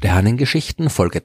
Sternengeschichten Folge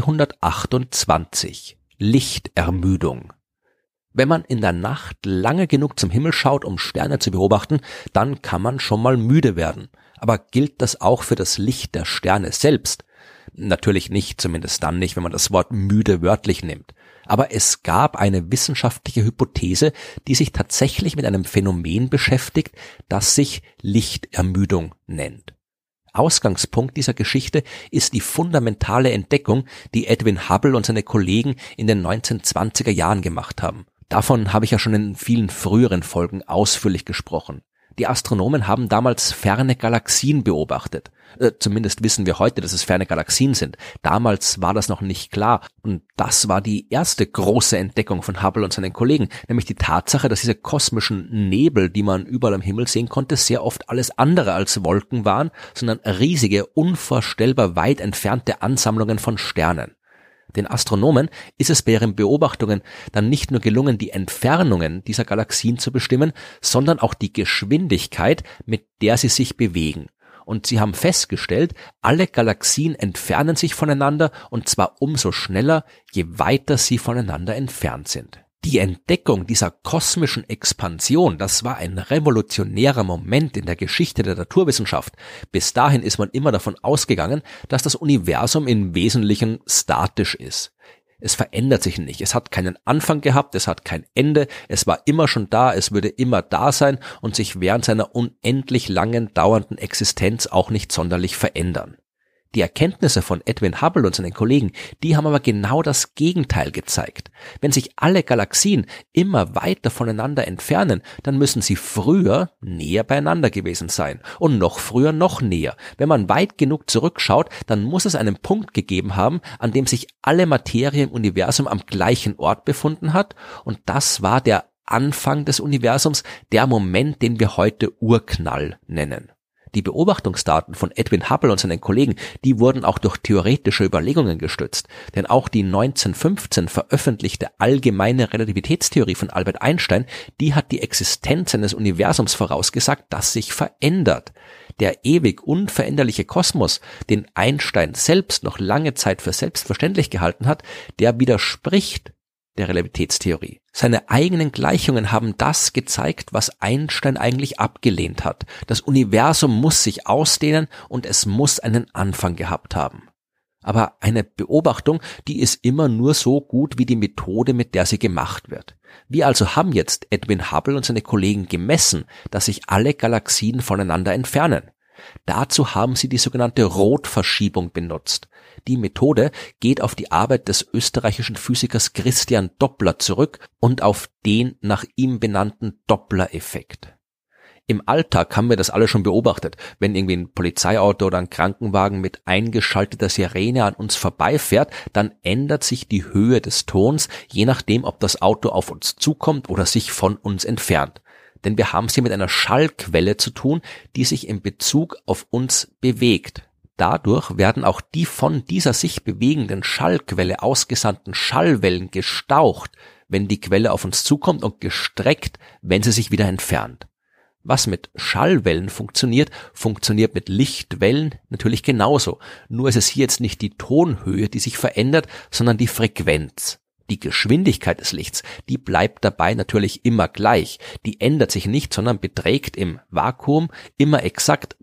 328 Lichtermüdung. Wenn man in der Nacht lange genug zum Himmel schaut, um Sterne zu beobachten, dann kann man schon mal müde werden. Aber gilt das auch für das Licht der Sterne selbst? Natürlich nicht, zumindest dann nicht, wenn man das Wort müde wörtlich nimmt. Aber es gab eine wissenschaftliche Hypothese, die sich tatsächlich mit einem Phänomen beschäftigt, das sich Lichtermüdung nennt. Ausgangspunkt dieser Geschichte ist die fundamentale Entdeckung, die Edwin Hubble und seine Kollegen in den 1920er Jahren gemacht haben. Davon habe ich ja schon in vielen früheren Folgen ausführlich gesprochen. Die Astronomen haben damals ferne Galaxien beobachtet. Zumindest wissen wir heute, dass es ferne Galaxien sind. Damals war das noch nicht klar. Und das war die erste große Entdeckung von Hubble und seinen Kollegen, nämlich die Tatsache, dass diese kosmischen Nebel, die man überall am Himmel sehen konnte, sehr oft alles andere als Wolken waren, sondern riesige, unvorstellbar weit entfernte Ansammlungen von Sternen. Den Astronomen ist es bei ihren Beobachtungen dann nicht nur gelungen, die Entfernungen dieser Galaxien zu bestimmen, sondern auch die Geschwindigkeit, mit der sie sich bewegen. Und sie haben festgestellt, alle Galaxien entfernen sich voneinander, und zwar umso schneller, je weiter sie voneinander entfernt sind. Die Entdeckung dieser kosmischen Expansion, das war ein revolutionärer Moment in der Geschichte der Naturwissenschaft. Bis dahin ist man immer davon ausgegangen, dass das Universum im Wesentlichen statisch ist. Es verändert sich nicht, es hat keinen Anfang gehabt, es hat kein Ende, es war immer schon da, es würde immer da sein und sich während seiner unendlich langen dauernden Existenz auch nicht sonderlich verändern. Die Erkenntnisse von Edwin Hubble und seinen Kollegen, die haben aber genau das Gegenteil gezeigt. Wenn sich alle Galaxien immer weiter voneinander entfernen, dann müssen sie früher näher beieinander gewesen sein und noch früher noch näher. Wenn man weit genug zurückschaut, dann muss es einen Punkt gegeben haben, an dem sich alle Materie im Universum am gleichen Ort befunden hat, und das war der Anfang des Universums, der Moment, den wir heute Urknall nennen. Die Beobachtungsdaten von Edwin Hubble und seinen Kollegen, die wurden auch durch theoretische Überlegungen gestützt. Denn auch die 1915 veröffentlichte allgemeine Relativitätstheorie von Albert Einstein, die hat die Existenz eines Universums vorausgesagt, das sich verändert. Der ewig unveränderliche Kosmos, den Einstein selbst noch lange Zeit für selbstverständlich gehalten hat, der widerspricht der Relativitätstheorie. Seine eigenen Gleichungen haben das gezeigt, was Einstein eigentlich abgelehnt hat. Das Universum muss sich ausdehnen und es muss einen Anfang gehabt haben. Aber eine Beobachtung, die ist immer nur so gut wie die Methode, mit der sie gemacht wird. Wir also haben jetzt Edwin Hubble und seine Kollegen gemessen, dass sich alle Galaxien voneinander entfernen. Dazu haben sie die sogenannte Rotverschiebung benutzt. Die Methode geht auf die Arbeit des österreichischen Physikers Christian Doppler zurück und auf den nach ihm benannten Doppler-Effekt. Im Alltag haben wir das alle schon beobachtet. Wenn irgendwie ein Polizeiauto oder ein Krankenwagen mit eingeschalteter Sirene an uns vorbeifährt, dann ändert sich die Höhe des Tons, je nachdem, ob das Auto auf uns zukommt oder sich von uns entfernt. Denn wir haben es hier mit einer Schallquelle zu tun, die sich in Bezug auf uns bewegt. Dadurch werden auch die von dieser sich bewegenden Schallquelle ausgesandten Schallwellen gestaucht, wenn die Quelle auf uns zukommt, und gestreckt, wenn sie sich wieder entfernt. Was mit Schallwellen funktioniert, funktioniert mit Lichtwellen natürlich genauso. Nur ist es hier jetzt nicht die Tonhöhe, die sich verändert, sondern die Frequenz. Die Geschwindigkeit des Lichts, die bleibt dabei natürlich immer gleich. Die ändert sich nicht, sondern beträgt im Vakuum immer exakt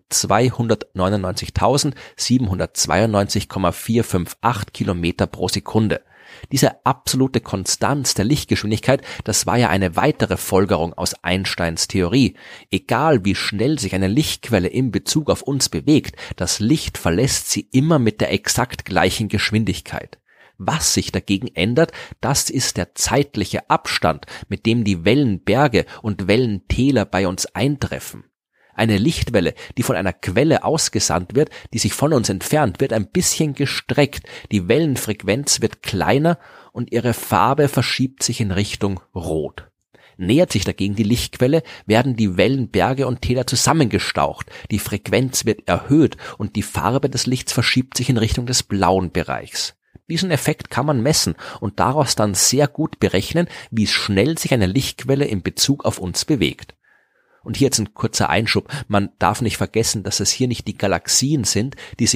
299.792,458 Kilometer pro Sekunde. Diese absolute Konstanz der Lichtgeschwindigkeit, das war ja eine weitere Folgerung aus Einsteins Theorie. Egal wie schnell sich eine Lichtquelle in Bezug auf uns bewegt, das Licht verlässt sie immer mit der exakt gleichen Geschwindigkeit. Was sich dagegen ändert, das ist der zeitliche Abstand, mit dem die Wellenberge und Wellentäler bei uns eintreffen. Eine Lichtwelle, die von einer Quelle ausgesandt wird, die sich von uns entfernt, wird ein bisschen gestreckt, die Wellenfrequenz wird kleiner und ihre Farbe verschiebt sich in Richtung Rot. Nähert sich dagegen die Lichtquelle, werden die Wellenberge und Täler zusammengestaucht, die Frequenz wird erhöht und die Farbe des Lichts verschiebt sich in Richtung des blauen Bereichs. Diesen Effekt kann man messen und daraus dann sehr gut berechnen, wie schnell sich eine Lichtquelle in Bezug auf uns bewegt. Und hier jetzt ein kurzer Einschub. Man darf nicht vergessen, dass es hier nicht die Galaxien sind, die sich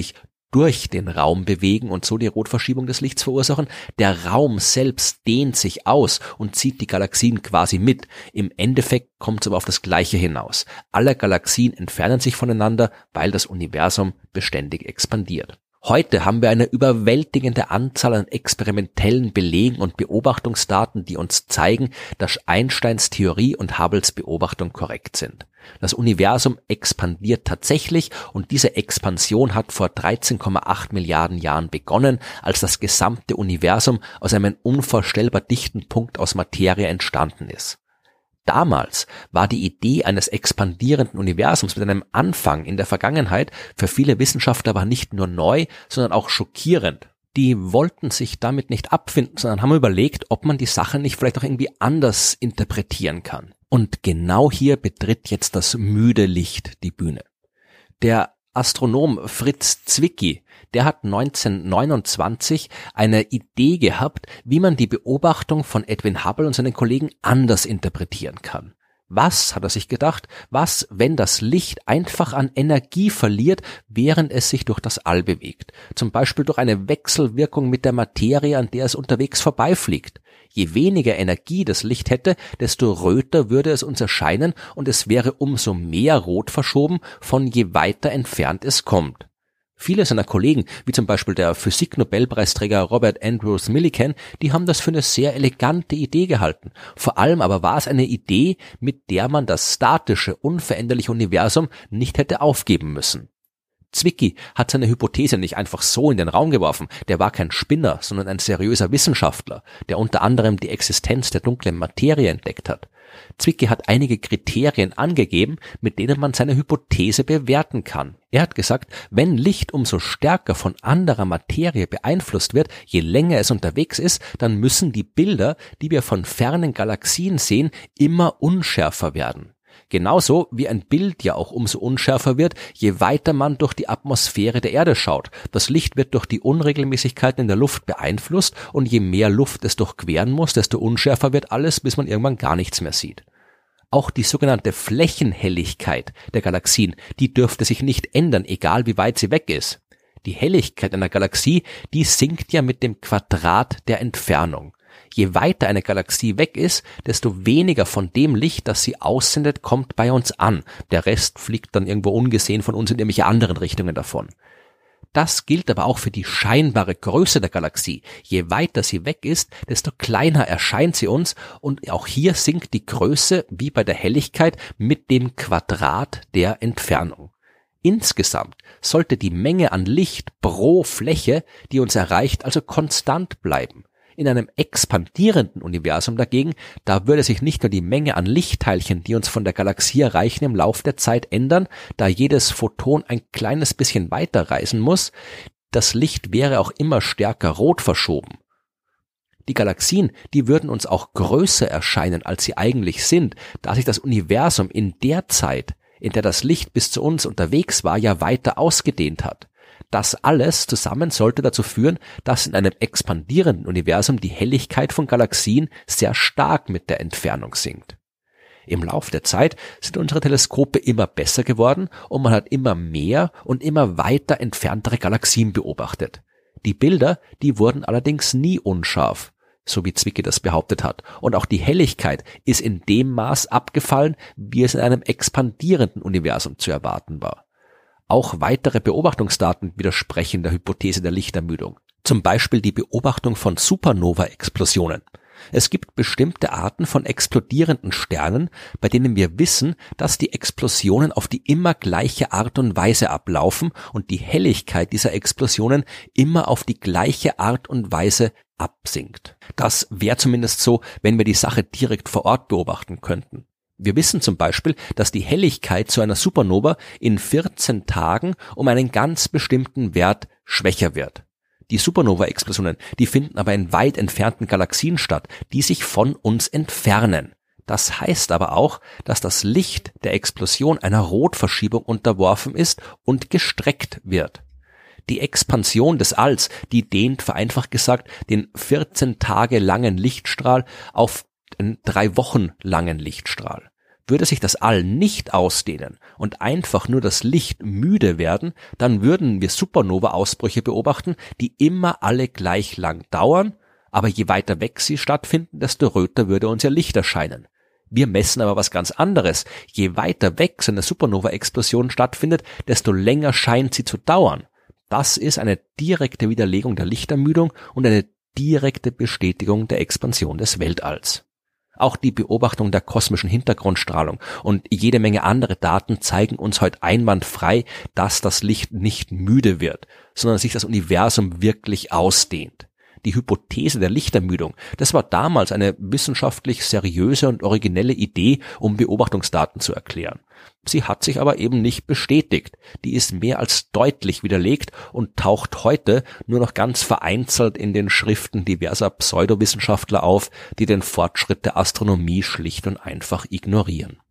durch den Raum bewegen und so die Rotverschiebung des Lichts verursachen. Der Raum selbst dehnt sich aus und zieht die Galaxien quasi mit. Im Endeffekt kommt es aber auf das Gleiche hinaus. Alle Galaxien entfernen sich voneinander, weil das Universum beständig expandiert. Heute haben wir eine überwältigende Anzahl an experimentellen Belegen und Beobachtungsdaten, die uns zeigen, dass Einsteins Theorie und Hubbles Beobachtung korrekt sind. Das Universum expandiert tatsächlich und diese Expansion hat vor 13,8 Milliarden Jahren begonnen, als das gesamte Universum aus einem unvorstellbar dichten Punkt aus Materie entstanden ist. Damals war die Idee eines expandierenden Universums mit einem Anfang in der Vergangenheit für viele Wissenschaftler aber nicht nur neu, sondern auch schockierend. Die wollten sich damit nicht abfinden, sondern haben überlegt, ob man die Sache nicht vielleicht auch irgendwie anders interpretieren kann. Und genau hier betritt jetzt das müde Licht die Bühne. Der Astronom Fritz Zwicky, der hat 1929 eine Idee gehabt, wie man die Beobachtung von Edwin Hubble und seinen Kollegen anders interpretieren kann. Was, hat er sich gedacht, was, wenn das Licht einfach an Energie verliert, während es sich durch das All bewegt? Zum Beispiel durch eine Wechselwirkung mit der Materie, an der es unterwegs vorbeifliegt. Je weniger Energie das Licht hätte, desto röter würde es uns erscheinen und es wäre umso mehr rot verschoben, von je weiter entfernt es kommt. Viele seiner Kollegen, wie zum Beispiel der Physik-Nobelpreisträger Robert Andrews Millikan, die haben das für eine sehr elegante Idee gehalten. Vor allem aber war es eine Idee, mit der man das statische, unveränderliche Universum nicht hätte aufgeben müssen. Zwicky hat seine Hypothese nicht einfach so in den Raum geworfen. Der war kein Spinner, sondern ein seriöser Wissenschaftler, der unter anderem die Existenz der dunklen Materie entdeckt hat. Zwicky hat einige Kriterien angegeben, mit denen man seine Hypothese bewerten kann. Er hat gesagt, wenn Licht umso stärker von anderer Materie beeinflusst wird, je länger es unterwegs ist, dann müssen die Bilder, die wir von fernen Galaxien sehen, immer unschärfer werden. Genauso wie ein Bild ja auch umso unschärfer wird, je weiter man durch die Atmosphäre der Erde schaut. Das Licht wird durch die Unregelmäßigkeiten in der Luft beeinflusst und je mehr Luft es durchqueren muss, desto unschärfer wird alles, bis man irgendwann gar nichts mehr sieht. Auch die sogenannte Flächenhelligkeit der Galaxien, die dürfte sich nicht ändern, egal wie weit sie weg ist. Die Helligkeit einer Galaxie, die sinkt ja mit dem Quadrat der Entfernung. Je weiter eine Galaxie weg ist, desto weniger von dem Licht, das sie aussendet, kommt bei uns an. Der Rest fliegt dann irgendwo ungesehen von uns in irgendwelche anderen Richtungen davon. Das gilt aber auch für die scheinbare Größe der Galaxie. Je weiter sie weg ist, desto kleiner erscheint sie uns und auch hier sinkt die Größe, wie bei der Helligkeit, mit dem Quadrat der Entfernung. Insgesamt sollte die Menge an Licht pro Fläche, die uns erreicht, also konstant bleiben. In einem expandierenden Universum dagegen, da würde sich nicht nur die Menge an Lichtteilchen, die uns von der Galaxie erreichen, im Lauf der Zeit ändern, da jedes Photon ein kleines bisschen weiter reisen muss, das Licht wäre auch immer stärker rot verschoben. Die Galaxien, die würden uns auch größer erscheinen, als sie eigentlich sind, da sich das Universum in der Zeit, in der das Licht bis zu uns unterwegs war, ja weiter ausgedehnt hat. Das alles zusammen sollte dazu führen, dass in einem expandierenden Universum die Helligkeit von Galaxien sehr stark mit der Entfernung sinkt. Im Lauf der Zeit sind unsere Teleskope immer besser geworden und man hat immer mehr und immer weiter entferntere Galaxien beobachtet. Die Bilder, die wurden allerdings nie unscharf, so wie Zwicky das behauptet hat. Und auch die Helligkeit ist in dem Maß abgefallen, wie es in einem expandierenden Universum zu erwarten war. Auch weitere Beobachtungsdaten widersprechen der Hypothese der Lichtermüdung. Zum Beispiel die Beobachtung von Supernova-Explosionen. Es gibt bestimmte Arten von explodierenden Sternen, bei denen wir wissen, dass die Explosionen auf die immer gleiche Art und Weise ablaufen und die Helligkeit dieser Explosionen immer auf die gleiche Art und Weise absinkt. Das wäre zumindest so, wenn wir die Sache direkt vor Ort beobachten könnten. Wir wissen zum Beispiel, dass die Helligkeit zu einer Supernova in 14 Tagen um einen ganz bestimmten Wert schwächer wird. Die Supernova-Explosionen, die finden aber in weit entfernten Galaxien statt, die sich von uns entfernen. Das heißt aber auch, dass das Licht der Explosion einer Rotverschiebung unterworfen ist und gestreckt wird. Die Expansion des Alls, die dehnt vereinfacht gesagt den 14 Tage langen Lichtstrahl auf einen 3 Wochen langen Lichtstrahl. Würde sich das All nicht ausdehnen und einfach nur das Licht müde werden, dann würden wir Supernova-Ausbrüche beobachten, die immer alle gleich lang dauern, aber je weiter weg sie stattfinden, desto röter würde uns ihr Licht erscheinen. Wir messen aber was ganz anderes. Je weiter weg so eine Supernova-Explosion stattfindet, desto länger scheint sie zu dauern. Das ist eine direkte Widerlegung der Lichtermüdung und eine direkte Bestätigung der Expansion des Weltalls. Auch die Beobachtung der kosmischen Hintergrundstrahlung und jede Menge andere Daten zeigen uns heute einwandfrei, dass das Licht nicht müde wird, sondern sich das Universum wirklich ausdehnt. Die Hypothese der Lichtermüdung, das war damals eine wissenschaftlich seriöse und originelle Idee, um Beobachtungsdaten zu erklären. Sie hat sich aber eben nicht bestätigt. Die ist mehr als deutlich widerlegt und taucht heute nur noch ganz vereinzelt in den Schriften diverser Pseudowissenschaftler auf, die den Fortschritt der Astronomie schlicht und einfach ignorieren.